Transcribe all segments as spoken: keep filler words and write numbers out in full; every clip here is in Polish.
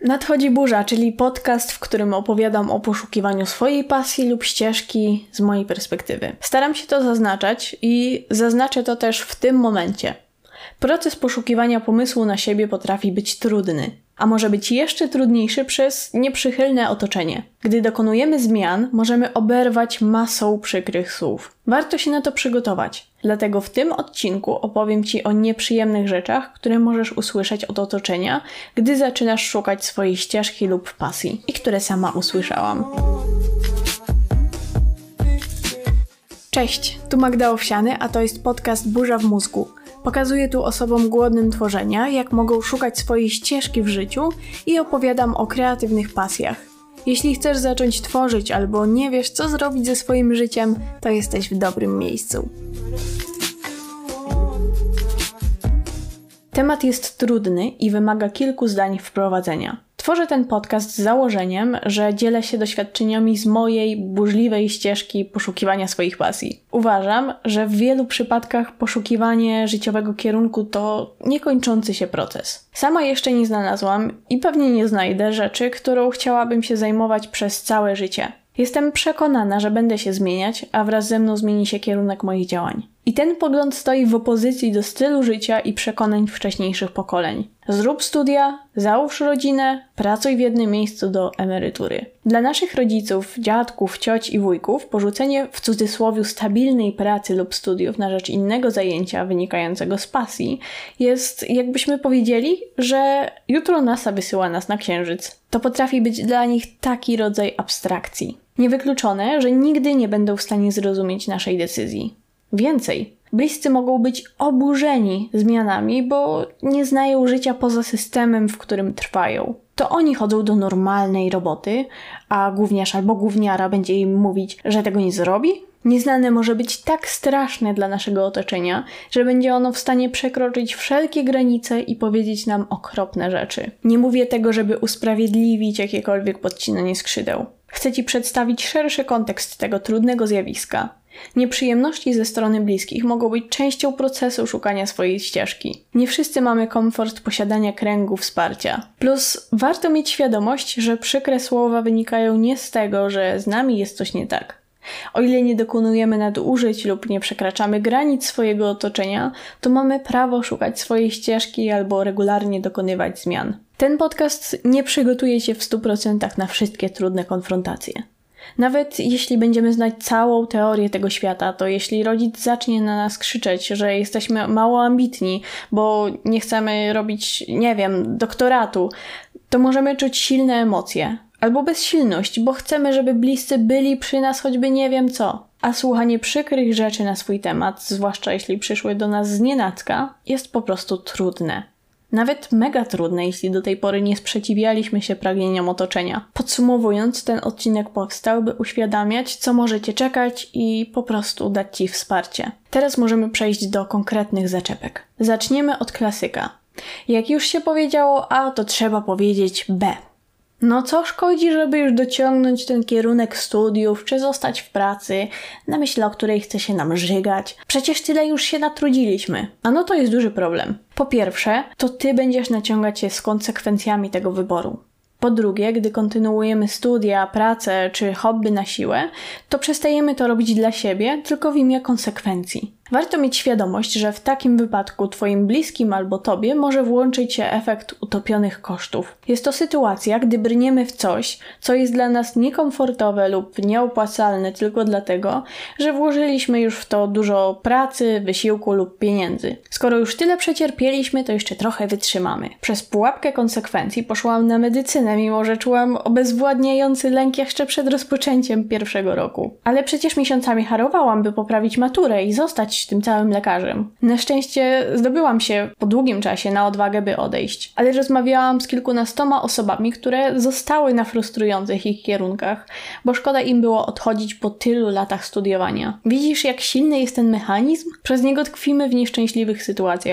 Nadchodzi burza, czyli podcast, w którym opowiadam o poszukiwaniu swojej pasji lub ścieżki z mojej perspektywy. Staram się to zaznaczać i zaznaczę to też w tym momencie. Proces poszukiwania pomysłu na siebie potrafi być trudny, a może być jeszcze trudniejszy przez nieprzychylne otoczenie. Gdy dokonujemy zmian, możemy oberwać masą przykrych słów. Warto się na to przygotować. Dlatego w tym odcinku opowiem Ci o nieprzyjemnych rzeczach, które możesz usłyszeć od otoczenia, gdy zaczynasz szukać swojej ścieżki lub pasji i które sama usłyszałam. Cześć, tu Magda Owsiany, a to jest podcast Burza w mózgu. Pokazuję tu osobom głodnym tworzenia, jak mogą szukać swojej ścieżki w życiu i opowiadam o kreatywnych pasjach. Jeśli chcesz zacząć tworzyć albo nie wiesz, co zrobić ze swoim życiem, to jesteś w dobrym miejscu. Temat jest trudny i wymaga kilku zdań wprowadzenia. Tworzę ten podcast z założeniem, że dzielę się doświadczeniami z mojej burzliwej ścieżki poszukiwania swoich pasji. Uważam, że w wielu przypadkach poszukiwanie życiowego kierunku to niekończący się proces. Sama jeszcze nie znalazłam i pewnie nie znajdę rzeczy, którą chciałabym się zajmować przez całe życie. Jestem przekonana, że będę się zmieniać, a wraz ze mną zmieni się kierunek moich działań. I ten pogląd stoi w opozycji do stylu życia i przekonań wcześniejszych pokoleń. Zrób studia, załóż rodzinę, pracuj w jednym miejscu do emerytury. Dla naszych rodziców, dziadków, cioć i wujków porzucenie w cudzysłowie stabilnej pracy lub studiów na rzecz innego zajęcia wynikającego z pasji jest, jakbyśmy powiedzieli, że jutro NASA wysyła nas na Księżyc. To potrafi być dla nich taki rodzaj abstrakcji. Niewykluczone, że nigdy nie będą w stanie zrozumieć naszej decyzji. Więcej, bliscy mogą być oburzeni zmianami, bo nie znają życia poza systemem, w którym trwają. To oni chodzą do normalnej roboty, a gówniarz albo gówniara będzie im mówić, że tego nie zrobi? Nieznane może być tak straszne dla naszego otoczenia, że będzie ono w stanie przekroczyć wszelkie granice i powiedzieć nam okropne rzeczy. Nie mówię tego, żeby usprawiedliwić jakiekolwiek podcinanie skrzydeł. Chcę Ci przedstawić szerszy kontekst tego trudnego zjawiska. Nieprzyjemności ze strony bliskich mogą być częścią procesu szukania swojej ścieżki. Nie wszyscy mamy komfort posiadania kręgu wsparcia. Plus warto mieć świadomość, że przykre słowa wynikają nie z tego, że z nami jest coś nie tak. O ile nie dokonujemy nadużyć lub nie przekraczamy granic swojego otoczenia, to mamy prawo szukać swojej ścieżki albo regularnie dokonywać zmian. Ten podcast nie przygotuje Cię w stu procentach na wszystkie trudne konfrontacje. Nawet jeśli będziemy znać całą teorię tego świata, to jeśli rodzic zacznie na nas krzyczeć, że jesteśmy mało ambitni, bo nie chcemy robić, nie wiem, doktoratu, to możemy czuć silne emocje. Albo bezsilność, bo chcemy, żeby bliscy byli przy nas choćby nie wiem co. A słuchanie przykrych rzeczy na swój temat, zwłaszcza jeśli przyszły do nas znienacka, jest po prostu trudne. Nawet mega trudne, jeśli do tej pory nie sprzeciwialiśmy się pragnieniom otoczenia. Podsumowując, ten odcinek powstał, by uświadamiać, co może Cię czekać i po prostu dać Ci wsparcie. Teraz możemy przejść do konkretnych zaczepek. Zaczniemy od klasyka. Jak już się powiedziało A, to trzeba powiedzieć B. No co szkodzi, żeby już dociągnąć ten kierunek studiów, czy zostać w pracy, na myśl o której chce się nam żygać? Przecież tyle już się natrudziliśmy. A no to jest duży problem. Po pierwsze, to Ty będziesz naciągać się z konsekwencjami tego wyboru. Po drugie, gdy kontynuujemy studia, pracę czy hobby na siłę, to przestajemy to robić dla siebie, tylko w imię konsekwencji. Warto mieć świadomość, że w takim wypadku Twoim bliskim albo Tobie może włączyć się efekt utopionych kosztów. Jest to sytuacja, gdy brniemy w coś, co jest dla nas niekomfortowe lub nieopłacalne tylko dlatego, że włożyliśmy już w to dużo pracy, wysiłku lub pieniędzy. Skoro już tyle przecierpieliśmy, to jeszcze trochę wytrzymamy. Przez pułapkę konsekwencji poszłam na medycynę, mimo że czułam obezwładniający lęk jeszcze przed rozpoczęciem pierwszego roku. Ale przecież miesiącami harowałam, by poprawić maturę i zostać tym całym lekarzem. Na szczęście zdobyłam się po długim czasie na odwagę, by odejść. Ale rozmawiałam z kilkunastoma osobami, które zostały na frustrujących ich kierunkach, bo szkoda im było odchodzić po tylu latach studiowania. Widzisz, jak silny jest ten mechanizm? Przez niego tkwimy w nieszczęśliwych sytuacjach.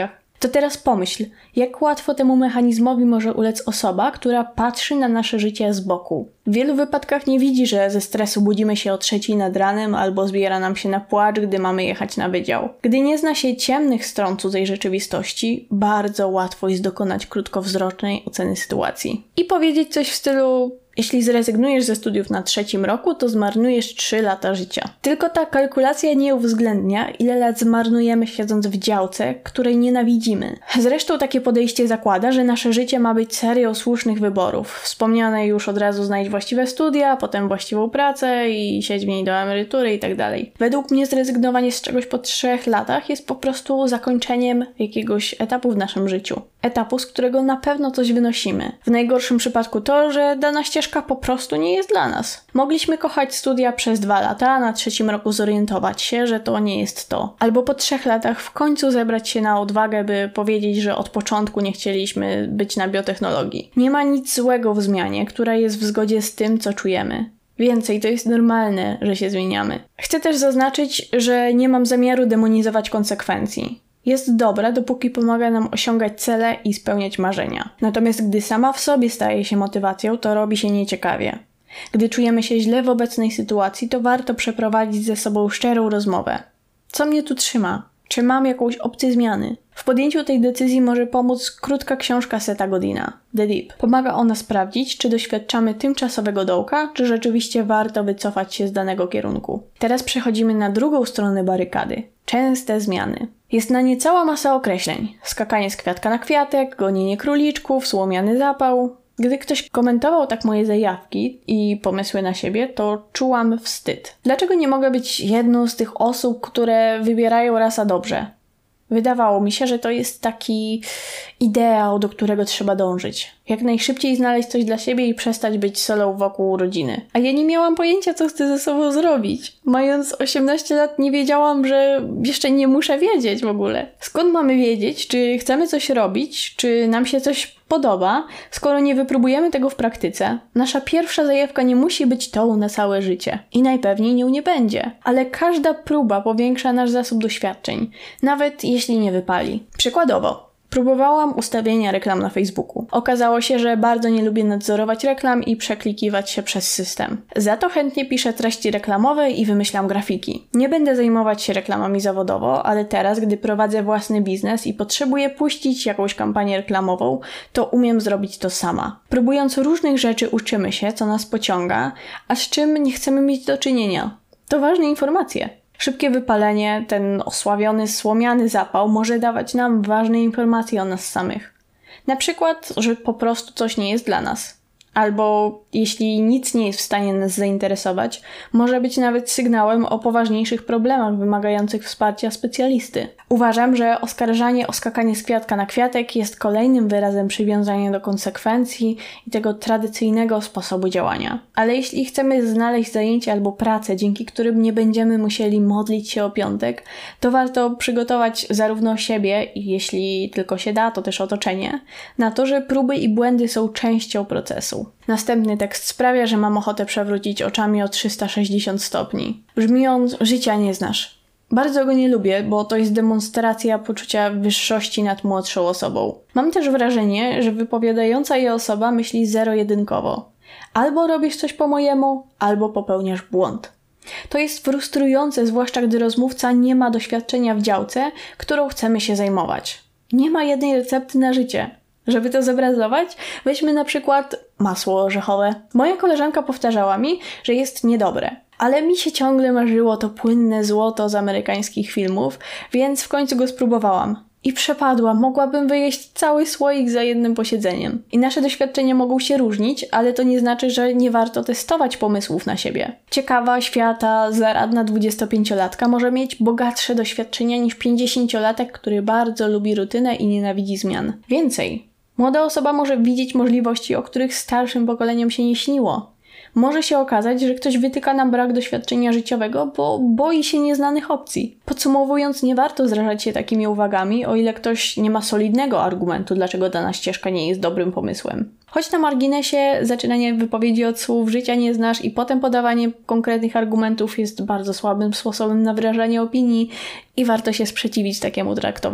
To teraz pomyśl, jak łatwo temu mechanizmowi może ulec osoba, która patrzy na nasze życie z boku. W wielu wypadkach nie widzi, że ze stresu budzimy się o trzeciej nad ranem albo zbiera nam się na płacz, gdy mamy jechać na wydział. Gdy nie zna się ciemnych stron cudzej rzeczywistości, bardzo łatwo jest dokonać krótkowzrocznej oceny sytuacji. I powiedzieć coś w stylu: jeśli zrezygnujesz ze studiów na trzecim roku, to zmarnujesz trzy lata życia. Tylko ta kalkulacja nie uwzględnia, ile lat zmarnujemy siedząc w działce, której nienawidzimy. Zresztą takie podejście zakłada, że nasze życie ma być serią słusznych wyborów. Wspomniane już od razu znajdź właściwe studia, potem właściwą pracę i siedź w niej do emerytury i tak dalej. Według mnie zrezygnowanie z czegoś po trzech latach jest po prostu zakończeniem jakiegoś etapu w naszym życiu. Etapu, z którego na pewno coś wynosimy. W najgorszym przypadku to, że dana ścieżka po prostu nie jest dla nas. Mogliśmy kochać studia przez dwa lata, a na trzecim roku zorientować się, że to nie jest to. Albo po trzech latach w końcu zebrać się na odwagę, by powiedzieć, że od początku nie chcieliśmy być na biotechnologii. Nie ma nic złego w zmianie, która jest w zgodzie z tym, co czujemy. Więcej, to jest normalne, że się zmieniamy. Chcę też zaznaczyć, że nie mam zamiaru demonizować konsekwencji. Jest dobra, dopóki pomaga nam osiągać cele i spełniać marzenia. Natomiast gdy sama w sobie staje się motywacją, to robi się nieciekawie. Gdy czujemy się źle w obecnej sytuacji, to warto przeprowadzić ze sobą szczerą rozmowę. Co mnie tu trzyma? Czy mam jakąś opcję zmiany? W podjęciu tej decyzji może pomóc krótka książka Setha Godina, The Deep. Pomaga ona sprawdzić, czy doświadczamy tymczasowego dołka, czy rzeczywiście warto wycofać się z danego kierunku. Teraz przechodzimy na drugą stronę barykady. Częste zmiany. Jest na nie cała masa określeń. Skakanie z kwiatka na kwiatek, gonienie króliczków, słomiany zapał. Gdy ktoś komentował tak moje zajawki i pomysły na siebie, to czułam wstyd. Dlaczego nie mogę być jedną z tych osób, które wybierają rasa dobrze? Wydawało mi się, że to jest taki ideał, do którego trzeba dążyć. Jak najszybciej znaleźć coś dla siebie i przestać być solą wokół rodziny. A ja nie miałam pojęcia, co chcę ze sobą zrobić. Mając osiemnaście lat nie wiedziałam, że jeszcze nie muszę wiedzieć w ogóle. Skąd mamy wiedzieć, czy chcemy coś robić, czy nam się coś podoba, skoro nie wypróbujemy tego w praktyce? Nasza pierwsza zajawka nie musi być tą na całe życie. I najpewniej nią nie będzie. Ale każda próba powiększa nasz zasób doświadczeń. Nawet jeśli nie wypali. Przykładowo. Próbowałam ustawienia reklam na Facebooku. Okazało się, że bardzo nie lubię nadzorować reklam i przeklikiwać się przez system. Za to chętnie piszę treści reklamowe i wymyślam grafiki. Nie będę zajmować się reklamami zawodowo, ale teraz, gdy prowadzę własny biznes i potrzebuję puścić jakąś kampanię reklamową, to umiem zrobić to sama. Próbując różnych rzeczy uczymy się, co nas pociąga, a z czym nie chcemy mieć do czynienia. To ważne informacje. Szybkie wypalenie, ten osławiony słomiany zapał może dawać nam ważne informacje o nas samych. Na przykład, że po prostu coś nie jest dla nas. Albo jeśli nic nie jest w stanie nas zainteresować, może być nawet sygnałem o poważniejszych problemach wymagających wsparcia specjalisty. Uważam, że oskarżanie o skakanie z kwiatka na kwiatek jest kolejnym wyrazem przywiązania do konsekwencji i tego tradycyjnego sposobu działania. Ale jeśli chcemy znaleźć zajęcie albo pracę, dzięki którym nie będziemy musieli modlić się o piątek, to warto przygotować zarówno siebie, i jeśli tylko się da, to też otoczenie, na to, że próby i błędy są częścią procesu. Następny tekst sprawia, że mam ochotę przewrócić oczami o trzysta sześćdziesiąt stopni. Brzmi on: życia nie znasz. Bardzo go nie lubię, bo to jest demonstracja poczucia wyższości nad młodszą osobą. Mam też wrażenie, że wypowiadająca je osoba myśli zero-jedynkowo. Albo robisz coś po mojemu, albo popełniasz błąd. To jest frustrujące, zwłaszcza gdy rozmówca nie ma doświadczenia w działce, którą chcemy się zajmować. Nie ma jednej recepty na życie. Żeby to zobrazować, weźmy na przykład masło orzechowe. Moja koleżanka powtarzała mi, że jest niedobre. Ale mi się ciągle marzyło to płynne złoto z amerykańskich filmów, więc w końcu go spróbowałam. I przepadła, mogłabym wyjeść cały słoik za jednym posiedzeniem. I nasze doświadczenia mogą się różnić, ale to nie znaczy, że nie warto testować pomysłów na siebie. Ciekawa świata, zaradna dwudziestopięciolatka może mieć bogatsze doświadczenia niż pięćdziesięciolatek, który bardzo lubi rutynę i nienawidzi zmian. Więcej. Młoda osoba może widzieć możliwości, o których starszym pokoleniom się nie śniło. Może się okazać, że ktoś wytyka nam brak doświadczenia życiowego, bo boi się nieznanych opcji. Podsumowując, nie warto zrażać się takimi uwagami, o ile ktoś nie ma solidnego argumentu, dlaczego dana ścieżka nie jest dobrym pomysłem. Choć na marginesie zaczynanie wypowiedzi od słów życia nie znasz i potem podawanie konkretnych argumentów jest bardzo słabym sposobem na wyrażanie opinii i warto się sprzeciwić takiemu traktowaniu.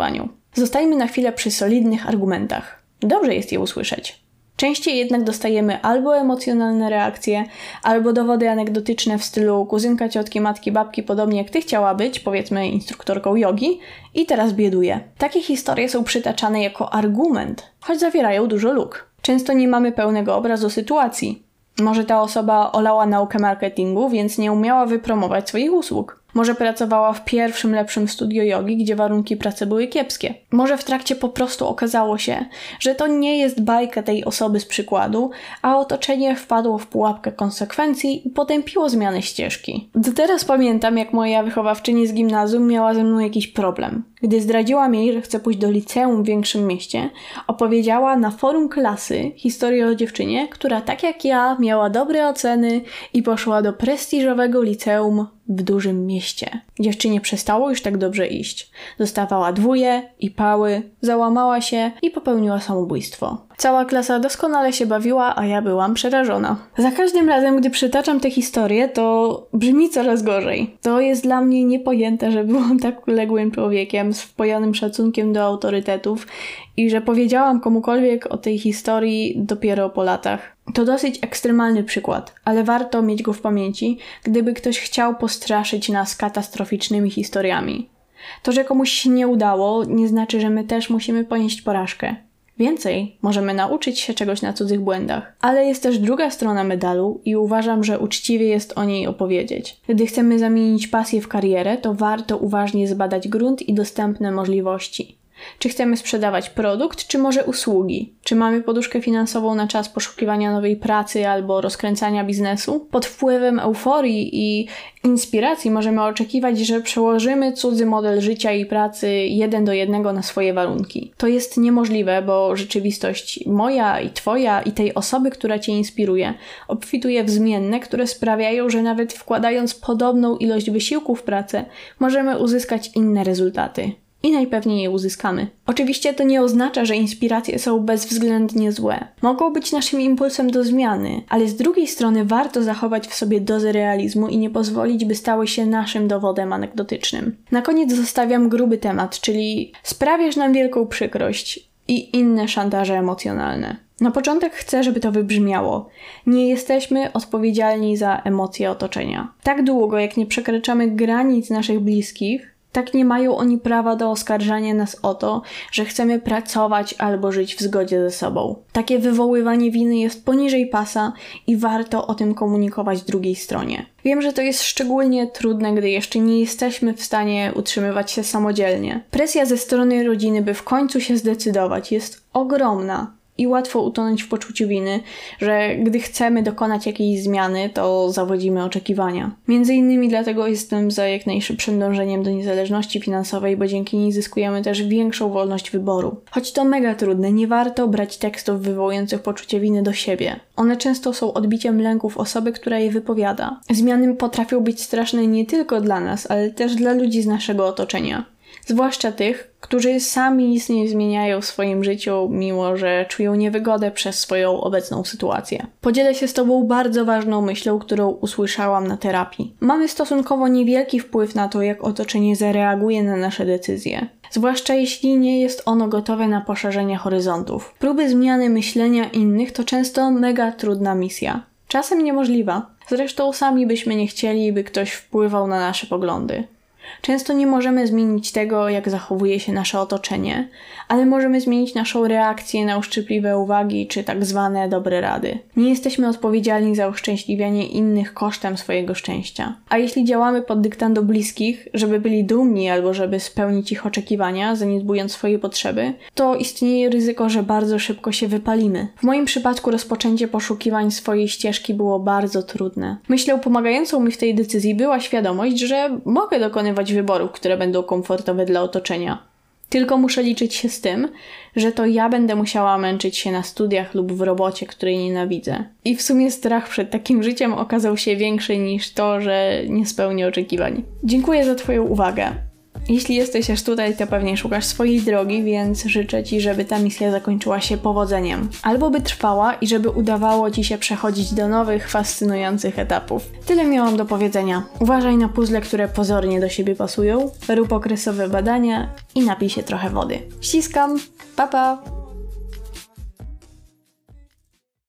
Zostajmy na chwilę przy solidnych argumentach. Dobrze jest je usłyszeć. Częściej jednak dostajemy albo emocjonalne reakcje, albo dowody anegdotyczne w stylu kuzynka, ciotki, matki, babki, podobnie jak ty chciała być, powiedzmy instruktorką jogi, i teraz bieduje. Takie historie są przytaczane jako argument, choć zawierają dużo luk. Często nie mamy pełnego obrazu sytuacji. Może ta osoba olała naukę marketingu, więc nie umiała wypromować swoich usług. Może pracowała w pierwszym lepszym studio jogi, gdzie warunki pracy były kiepskie. Może w trakcie po prostu okazało się, że to nie jest bajka tej osoby z przykładu, a otoczenie wpadło w pułapkę konsekwencji i potępiło zmianę ścieżki. Do teraz pamiętam, jak moja wychowawczyni z gimnazjum miała ze mną jakiś problem. Gdy zdradziłam jej, że chce pójść do liceum w większym mieście, opowiedziała na forum klasy historię o dziewczynie, która tak jak ja miała dobre oceny i poszła do prestiżowego liceum w dużym mieście. Dziewczynie przestało już tak dobrze iść. Dostawała dwóje i pały, załamała się i popełniła samobójstwo. Cała klasa doskonale się bawiła, a ja byłam przerażona. Za każdym razem, gdy przytaczam tę historię, to brzmi coraz gorzej. To jest dla mnie niepojęte, że byłam tak uległym człowiekiem z wpojonym szacunkiem do autorytetów i że powiedziałam komukolwiek o tej historii dopiero po latach. To dosyć ekstremalny przykład, ale warto mieć go w pamięci, gdyby ktoś chciał postraszyć nas katastroficznymi historiami. To, że komuś się nie udało, nie znaczy, że my też musimy ponieść porażkę. Więcej, możemy nauczyć się czegoś na cudzych błędach. Ale jest też druga strona medalu i uważam, że uczciwie jest o niej opowiedzieć. Gdy chcemy zamienić pasję w karierę, to warto uważnie zbadać grunt i dostępne możliwości. Czy chcemy sprzedawać produkt, czy może usługi? Czy mamy poduszkę finansową na czas poszukiwania nowej pracy albo rozkręcania biznesu? Pod wpływem euforii i inspiracji możemy oczekiwać, że przełożymy cudzy model życia i pracy jeden do jednego na swoje warunki. To jest niemożliwe, bo rzeczywistość moja i twoja i tej osoby, która cię inspiruje, obfituje w zmienne, które sprawiają, że nawet wkładając podobną ilość wysiłku w pracę, możemy uzyskać inne rezultaty. I najpewniej je uzyskamy. Oczywiście to nie oznacza, że inspiracje są bezwzględnie złe. Mogą być naszym impulsem do zmiany, ale z drugiej strony warto zachować w sobie dozę realizmu i nie pozwolić, by stały się naszym dowodem anegdotycznym. Na koniec zostawiam gruby temat, czyli sprawiasz nam wielką przykrość i inne szantaże emocjonalne. Na początek chcę, żeby to wybrzmiało. Nie jesteśmy odpowiedzialni za emocje otoczenia. Tak długo, jak nie przekraczamy granic naszych bliskich, tak nie mają oni prawa do oskarżania nas o to, że chcemy pracować albo żyć w zgodzie ze sobą. Takie wywoływanie winy jest poniżej pasa i warto o tym komunikować drugiej stronie. Wiem, że to jest szczególnie trudne, gdy jeszcze nie jesteśmy w stanie utrzymywać się samodzielnie. Presja ze strony rodziny, by w końcu się zdecydować, jest ogromna. I łatwo utonąć w poczuciu winy, że gdy chcemy dokonać jakiejś zmiany, to zawodzimy oczekiwania. Między innymi dlatego jestem za jak najszybszym dążeniem do niezależności finansowej, bo dzięki niej zyskujemy też większą wolność wyboru. Choć to mega trudne, nie warto brać tekstów wywołujących poczucie winy do siebie. One często są odbiciem lęków osoby, która je wypowiada. Zmiany potrafią być straszne nie tylko dla nas, ale też dla ludzi z naszego otoczenia. Zwłaszcza tych, którzy sami nic nie zmieniają w swoim życiu, mimo że czują niewygodę przez swoją obecną sytuację. Podzielę się z Tobą bardzo ważną myślą, którą usłyszałam na terapii. Mamy stosunkowo niewielki wpływ na to, jak otoczenie zareaguje na nasze decyzje. Zwłaszcza jeśli nie jest ono gotowe na poszerzenie horyzontów. Próby zmiany myślenia innych to często mega trudna misja. Czasem niemożliwa. Zresztą sami byśmy nie chcieli, by ktoś wpływał na nasze poglądy. Często nie możemy zmienić tego, jak zachowuje się nasze otoczenie, ale możemy zmienić naszą reakcję na uszczypliwe uwagi czy tak zwane dobre rady. Nie jesteśmy odpowiedzialni za uszczęśliwianie innych kosztem swojego szczęścia. A jeśli działamy pod dyktando bliskich, żeby byli dumni albo żeby spełnić ich oczekiwania, zaniedbując swoje potrzeby, to istnieje ryzyko, że bardzo szybko się wypalimy. W moim przypadku rozpoczęcie poszukiwań swojej ścieżki było bardzo trudne. Myślę, pomagającą mi w tej decyzji była świadomość, że mogę dokonywać wyborów, które będą komfortowe dla otoczenia. Tylko muszę liczyć się z tym, że to ja będę musiała męczyć się na studiach lub w robocie, której nienawidzę. I w sumie strach przed takim życiem okazał się większy niż to, że nie spełnię oczekiwań. Dziękuję za Twoją uwagę. Jeśli jesteś aż tutaj, to pewnie szukasz swojej drogi, więc życzę Ci, żeby ta misja zakończyła się powodzeniem. Albo by trwała i żeby udawało Ci się przechodzić do nowych, fascynujących etapów. Tyle miałam do powiedzenia. Uważaj na puzzle, które pozornie do siebie pasują, rób okresowe badania i napij się trochę wody. Ściskam, pa pa!